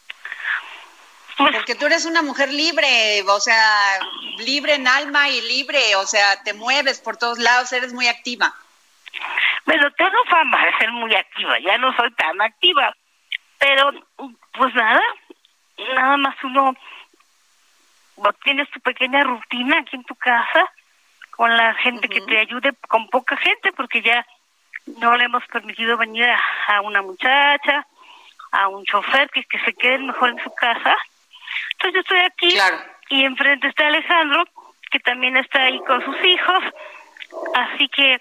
Porque tú eres una mujer libre, o sea, libre en alma y libre, o sea, te mueves por todos lados, eres muy activa. Bueno, tengo fama de ser muy activa, ya no soy tan activa, pero pues nada más uno tienes tu pequeña rutina aquí en tu casa, con la gente que te ayude, con poca gente, porque ya no le hemos permitido venir a una muchacha, a un chofer, que se queden mejor en su casa. Entonces yo estoy aquí y enfrente está Alejandro, que también está ahí con sus hijos, así que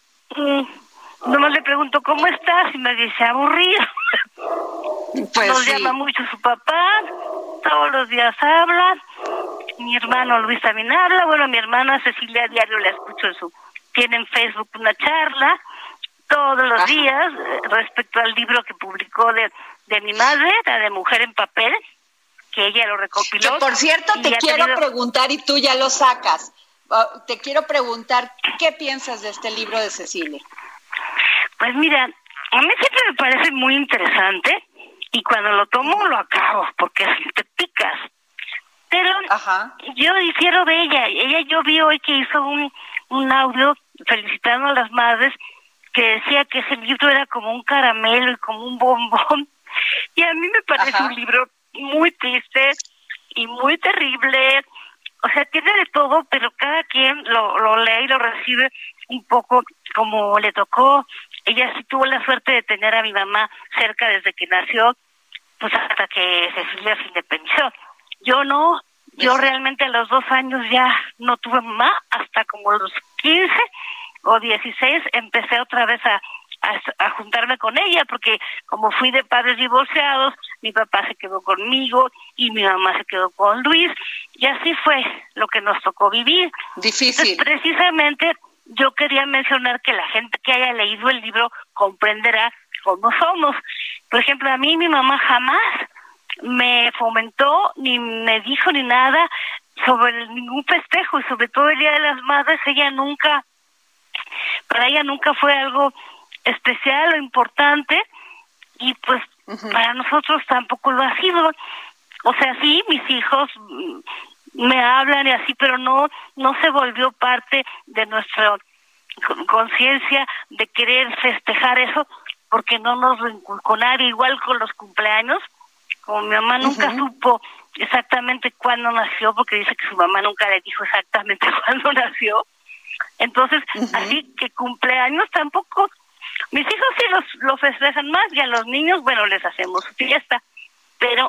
nomás le pregunto ¿cómo estás? Y me dice aburrido. Pues nos llama mucho su papá, todos los días habla, mi hermano Luis también habla, bueno, mi hermana Cecilia a diario la escucho tiene en Facebook una charla todos los días respecto al libro que publicó de mi madre, la de Mujer en Papel, que ella lo recopiló. Que por cierto te quiero preguntar, y tú ya lo sacas, te quiero preguntar, ¿qué piensas de este libro de Cecilia? Pues mira, a mí siempre me parece muy interesante y cuando lo tomo lo acabo porque te picas. Pero yo difiero de ella. Yo vi hoy que hizo un audio felicitando a las madres que decía que ese libro era como un caramelo y como un bombón. Y a mí me parece un libro muy triste y muy terrible. O sea, tiene de todo, pero cada quien lo lee y lo recibe un poco como le tocó. Ella sí tuvo la suerte de tener a mi mamá cerca desde que nació, pues hasta que Cecilia se independizó. Yo no, yo realmente a los 2 años ya no tuve mamá, hasta como los 15 o 16 empecé otra vez a juntarme con ella, porque como fui de padres divorciados, mi papá se quedó conmigo y mi mamá se quedó con Luis, y así fue lo que nos tocó vivir. Difícil. Entonces, precisamente yo quería mencionar que la gente que haya leído el libro comprenderá cómo somos. Por ejemplo, a mí mi mamá jamás me fomentó, ni me dijo ni nada sobre ningún festejo, y sobre todo el Día de las Madres, para ella nunca fue algo especial o importante, y pues para nosotros tampoco lo ha sido. O sea, sí, mis hijos me hablan y así, pero no se volvió parte de nuestra conciencia de querer festejar eso, porque no nos lo inculcó nadie. Igual con los cumpleaños, como mi mamá nunca supo exactamente cuándo nació, porque dice que su mamá nunca le dijo exactamente cuándo nació, entonces así que cumpleaños tampoco. Mis hijos sí lo festejan más, y a los niños, bueno, les hacemos su fiesta, pero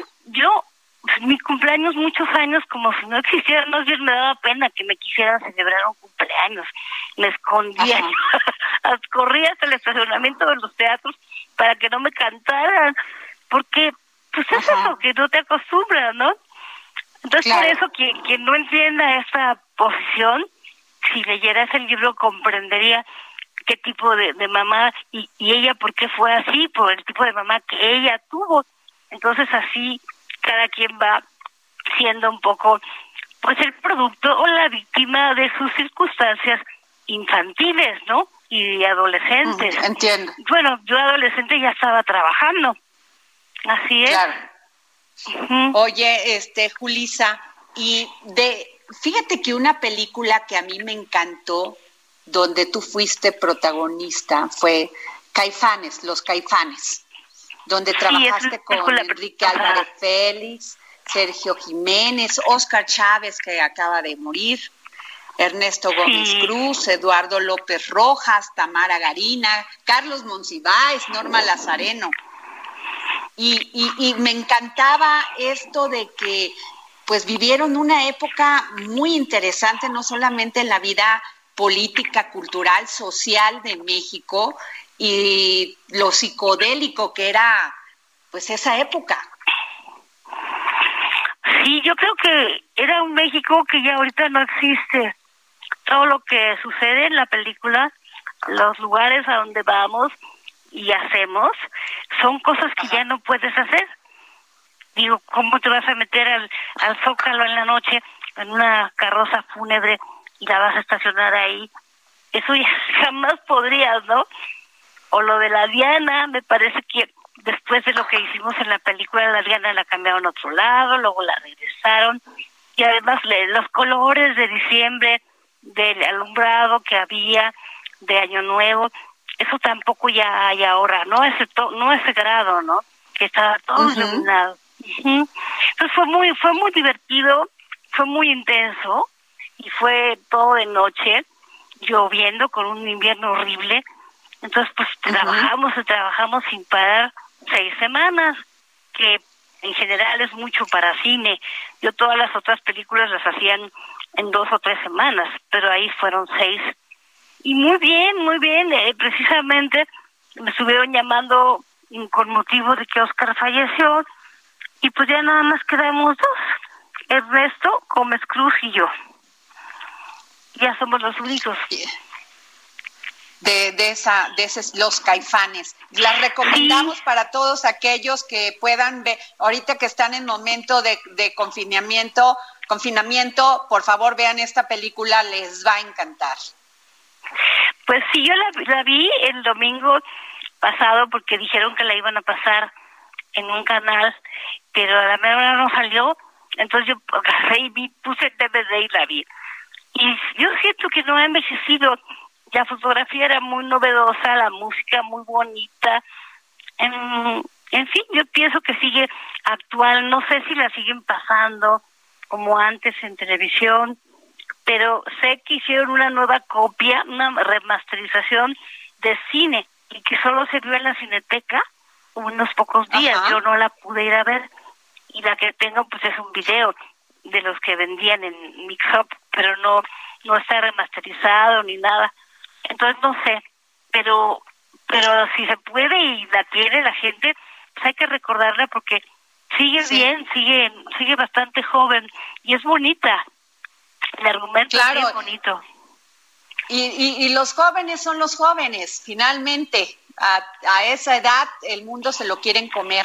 mi cumpleaños muchos años como si no existiera, más bien me daba pena que me quisieran celebrar un cumpleaños. Me escondía, corría hasta el estacionamiento de los teatros para que no me cantaran, porque pues es eso, que no te acostumbras, ¿no? Entonces, por eso quien no entienda esta posición, si leyeras el libro comprendería qué tipo de mamá y ella por qué fue así, por el tipo de mamá que ella tuvo. Entonces así cada quien va siendo un poco pues el producto o la víctima de sus circunstancias infantiles, ¿no? Y adolescentes. Entiendo. Bueno, yo adolescente ya estaba trabajando. Así es. Claro. Oye, Julissa, fíjate que una película que a mí me encantó, donde tú fuiste protagonista, fue Caifanes, Los Caifanes, donde trabajaste con Enrique Álvarez Félix, Sergio Jiménez, Óscar Chávez, que acaba de morir, Ernesto Gómez Cruz, Eduardo López Rojas, Tamara Garina, Carlos Monsiváis, Norma Lazareno. Y me encantaba esto de que pues vivieron una época muy interesante, no solamente en la vida política, cultural, social de México, y lo psicodélico que era pues esa época. Sí, yo creo que era un México que ya ahorita no existe. Todo lo que sucede en la película, los lugares a donde vamos y hacemos, son cosas que ya no puedes hacer. Digo, ¿cómo te vas a meter al Zócalo en la noche en una carroza fúnebre y la vas a estacionar ahí? Eso ya jamás podrías, ¿no? O lo de la Diana, me parece que después de lo que hicimos en la película, la Diana la cambiaron a otro lado, luego la regresaron, y además los colores de diciembre, del alumbrado que había, de Año Nuevo, eso tampoco ya hay ahora, no ese grado, ¿no? Que estaba todo iluminado. Entonces fue muy divertido, fue muy intenso, y fue todo de noche, lloviendo con un invierno horrible. Entonces pues trabajamos sin parar 6 semanas, que en general es mucho para cine. Yo todas las otras películas las hacían en 2 o 3 semanas, pero ahí fueron 6. Y muy bien, precisamente me estuvieron llamando con motivo de que Óscar falleció, y pues ya nada más quedamos 2, Ernesto Gómez Cruz y yo. Ya somos los únicos. De Los Caifanes. Las recomendamos para todos aquellos que puedan ver, ahorita que están en momento de confinamiento, por favor vean esta película, les va a encantar. Pues sí, yo la vi el domingo pasado porque dijeron que la iban a pasar en un canal, pero a la mera hora no salió, entonces yo agarré y puse el DVD y la vi. Y yo siento que no ha envejecido. La fotografía era muy novedosa, la música muy bonita. En fin, yo pienso que sigue actual. No sé si la siguen pasando como antes en televisión, pero sé que hicieron una nueva copia, una remasterización de cine, y que solo se vio en la Cineteca unos pocos días. Yo no la pude ir a ver, y la que tengo pues es un video de los que vendían en Mix Up, pero no está remasterizado ni nada. Entonces no sé, pero si se puede y la tiene la gente, pues hay que recordarla porque sigue bien, sigue bastante joven y es bonita. El argumento es bien bonito. Y los jóvenes son los jóvenes, finalmente. A esa edad el mundo se lo quieren comer.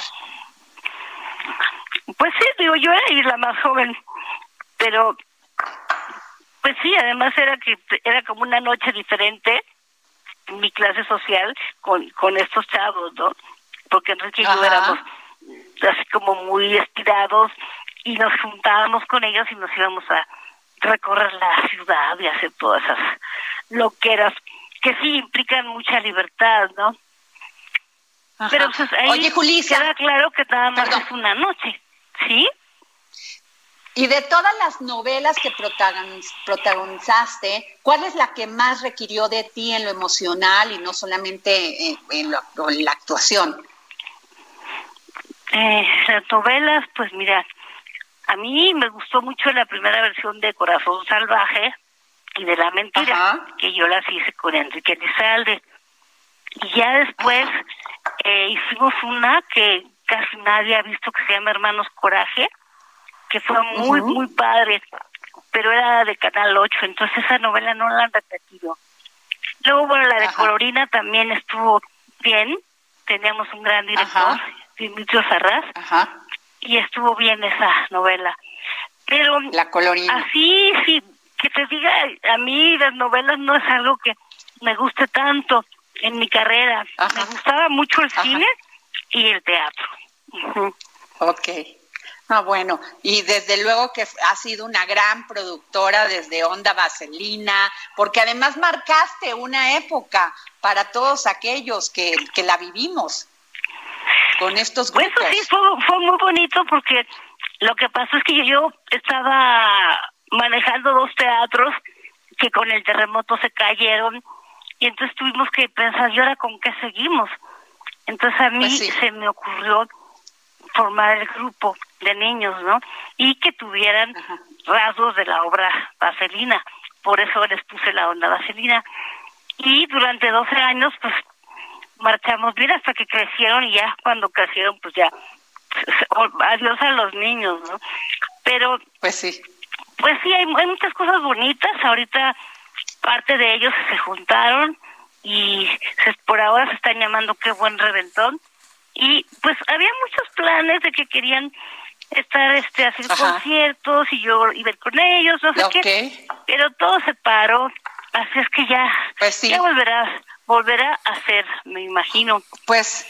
Pues sí, digo, yo era la más joven, pero pues sí, además era como una noche diferente en mi clase social con estos chavos, ¿no? Porque Enrique y yo éramos así como muy estirados y nos juntábamos con ellos y nos íbamos a recorrer la ciudad y hacer todas esas loqueras que sí implican mucha libertad, ¿no? Ajá. Pero pues ahí Oye, Julissa, queda claro que nada más es una noche, ¿sí? Y de todas las novelas que protagonizaste, ¿cuál es la que más requirió de ti en lo emocional y no solamente en la actuación? Las novelas, pues mira, a mí me gustó mucho la primera versión de Corazón Salvaje y de La Mentira, que yo las hice con Enrique Elizalde. Y ya después hicimos una que casi nadie ha visto, que se llama Hermanos Coraje, que fue muy, muy padre, pero era de Canal 8, entonces esa novela no la han repetido. Luego, bueno, la de Colorina también estuvo bien, teníamos un gran director, Dimitrio Sarraz, y estuvo bien esa novela. Pero La Colorina. Así, sí, que te diga, a mí las novelas no es algo que me guste tanto en mi carrera. Me gustaba mucho el cine y el teatro. Ok. Bueno, y desde luego que has sido una gran productora desde Onda Vaselina, porque además marcaste una época para todos aquellos que la vivimos con estos grupos. Pues sí, fue muy bonito, porque lo que pasó es que yo estaba manejando 2 teatros que con el terremoto se cayeron, y entonces tuvimos que pensar, ¿y ahora con qué seguimos? Entonces a mí se me ocurrió formar el grupo de niños, ¿no? Y que tuvieran rasgos de la obra Vaselina. Por eso les puse la Onda Vaselina. Y durante 12 años, pues, marchamos bien hasta que crecieron, y ya cuando crecieron, pues ya, adiós a los niños, ¿no? Pero, pues sí, hay muchas cosas bonitas. Ahorita parte de ellos se juntaron y por ahora se están llamando Qué Buen Reventón. Y pues había muchos planes de que querían estar hacer conciertos y yo iba con ellos, no sé qué, pero todo se paró, así es que ya, ya volverá a ser, me imagino. Pues,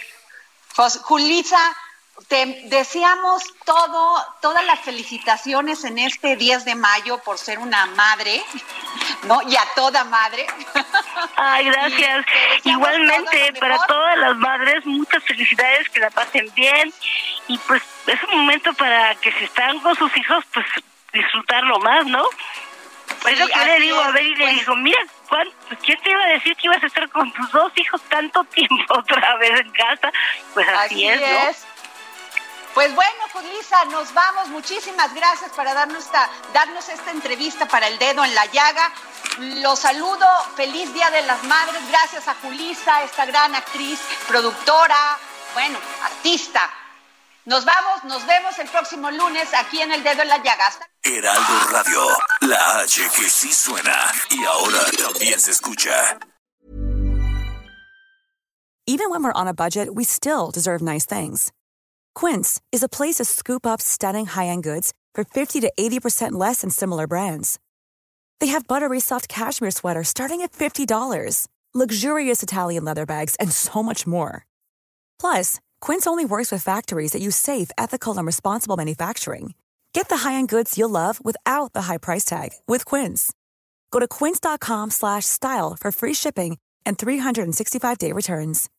Julissa, te deseamos todas las felicitaciones en este 10 de mayo por ser una madre, ¿no? Y a toda madre. Ay, gracias. Igualmente, para todas las madres, muchas felicidades, que la pasen bien. Y pues es un momento para que si están con sus hijos, pues disfrutarlo más, ¿no? Por eso que le digo a Bel y le digo, mira, ¿quién te iba a decir que ibas a estar con tus 2 hijos tanto tiempo otra vez en casa? Pues así es, ¿no? Pues bueno, Julissa, nos vamos. Muchísimas gracias para darnos esta entrevista para El Dedo en la Llaga. Los saludo. Feliz Día de las Madres. Gracias a Julissa, esta gran actriz, productora, artista. Nos vamos, nos vemos el próximo lunes aquí en El Dedo en la Llaga. Heraldo Radio, la H que sí suena y ahora también se escucha. Even when we're on a budget, we still deserve nice things. Quince is a place to scoop up stunning high-end goods for 50 to 80% less than similar brands. They have buttery soft cashmere sweaters starting at $50, luxurious Italian leather bags, and so much more. Plus, Quince only works with factories that use safe, ethical, and responsible manufacturing. Get the high-end goods you'll love without the high price tag with Quince. Go to quince.com/style for free shipping and 365-day returns.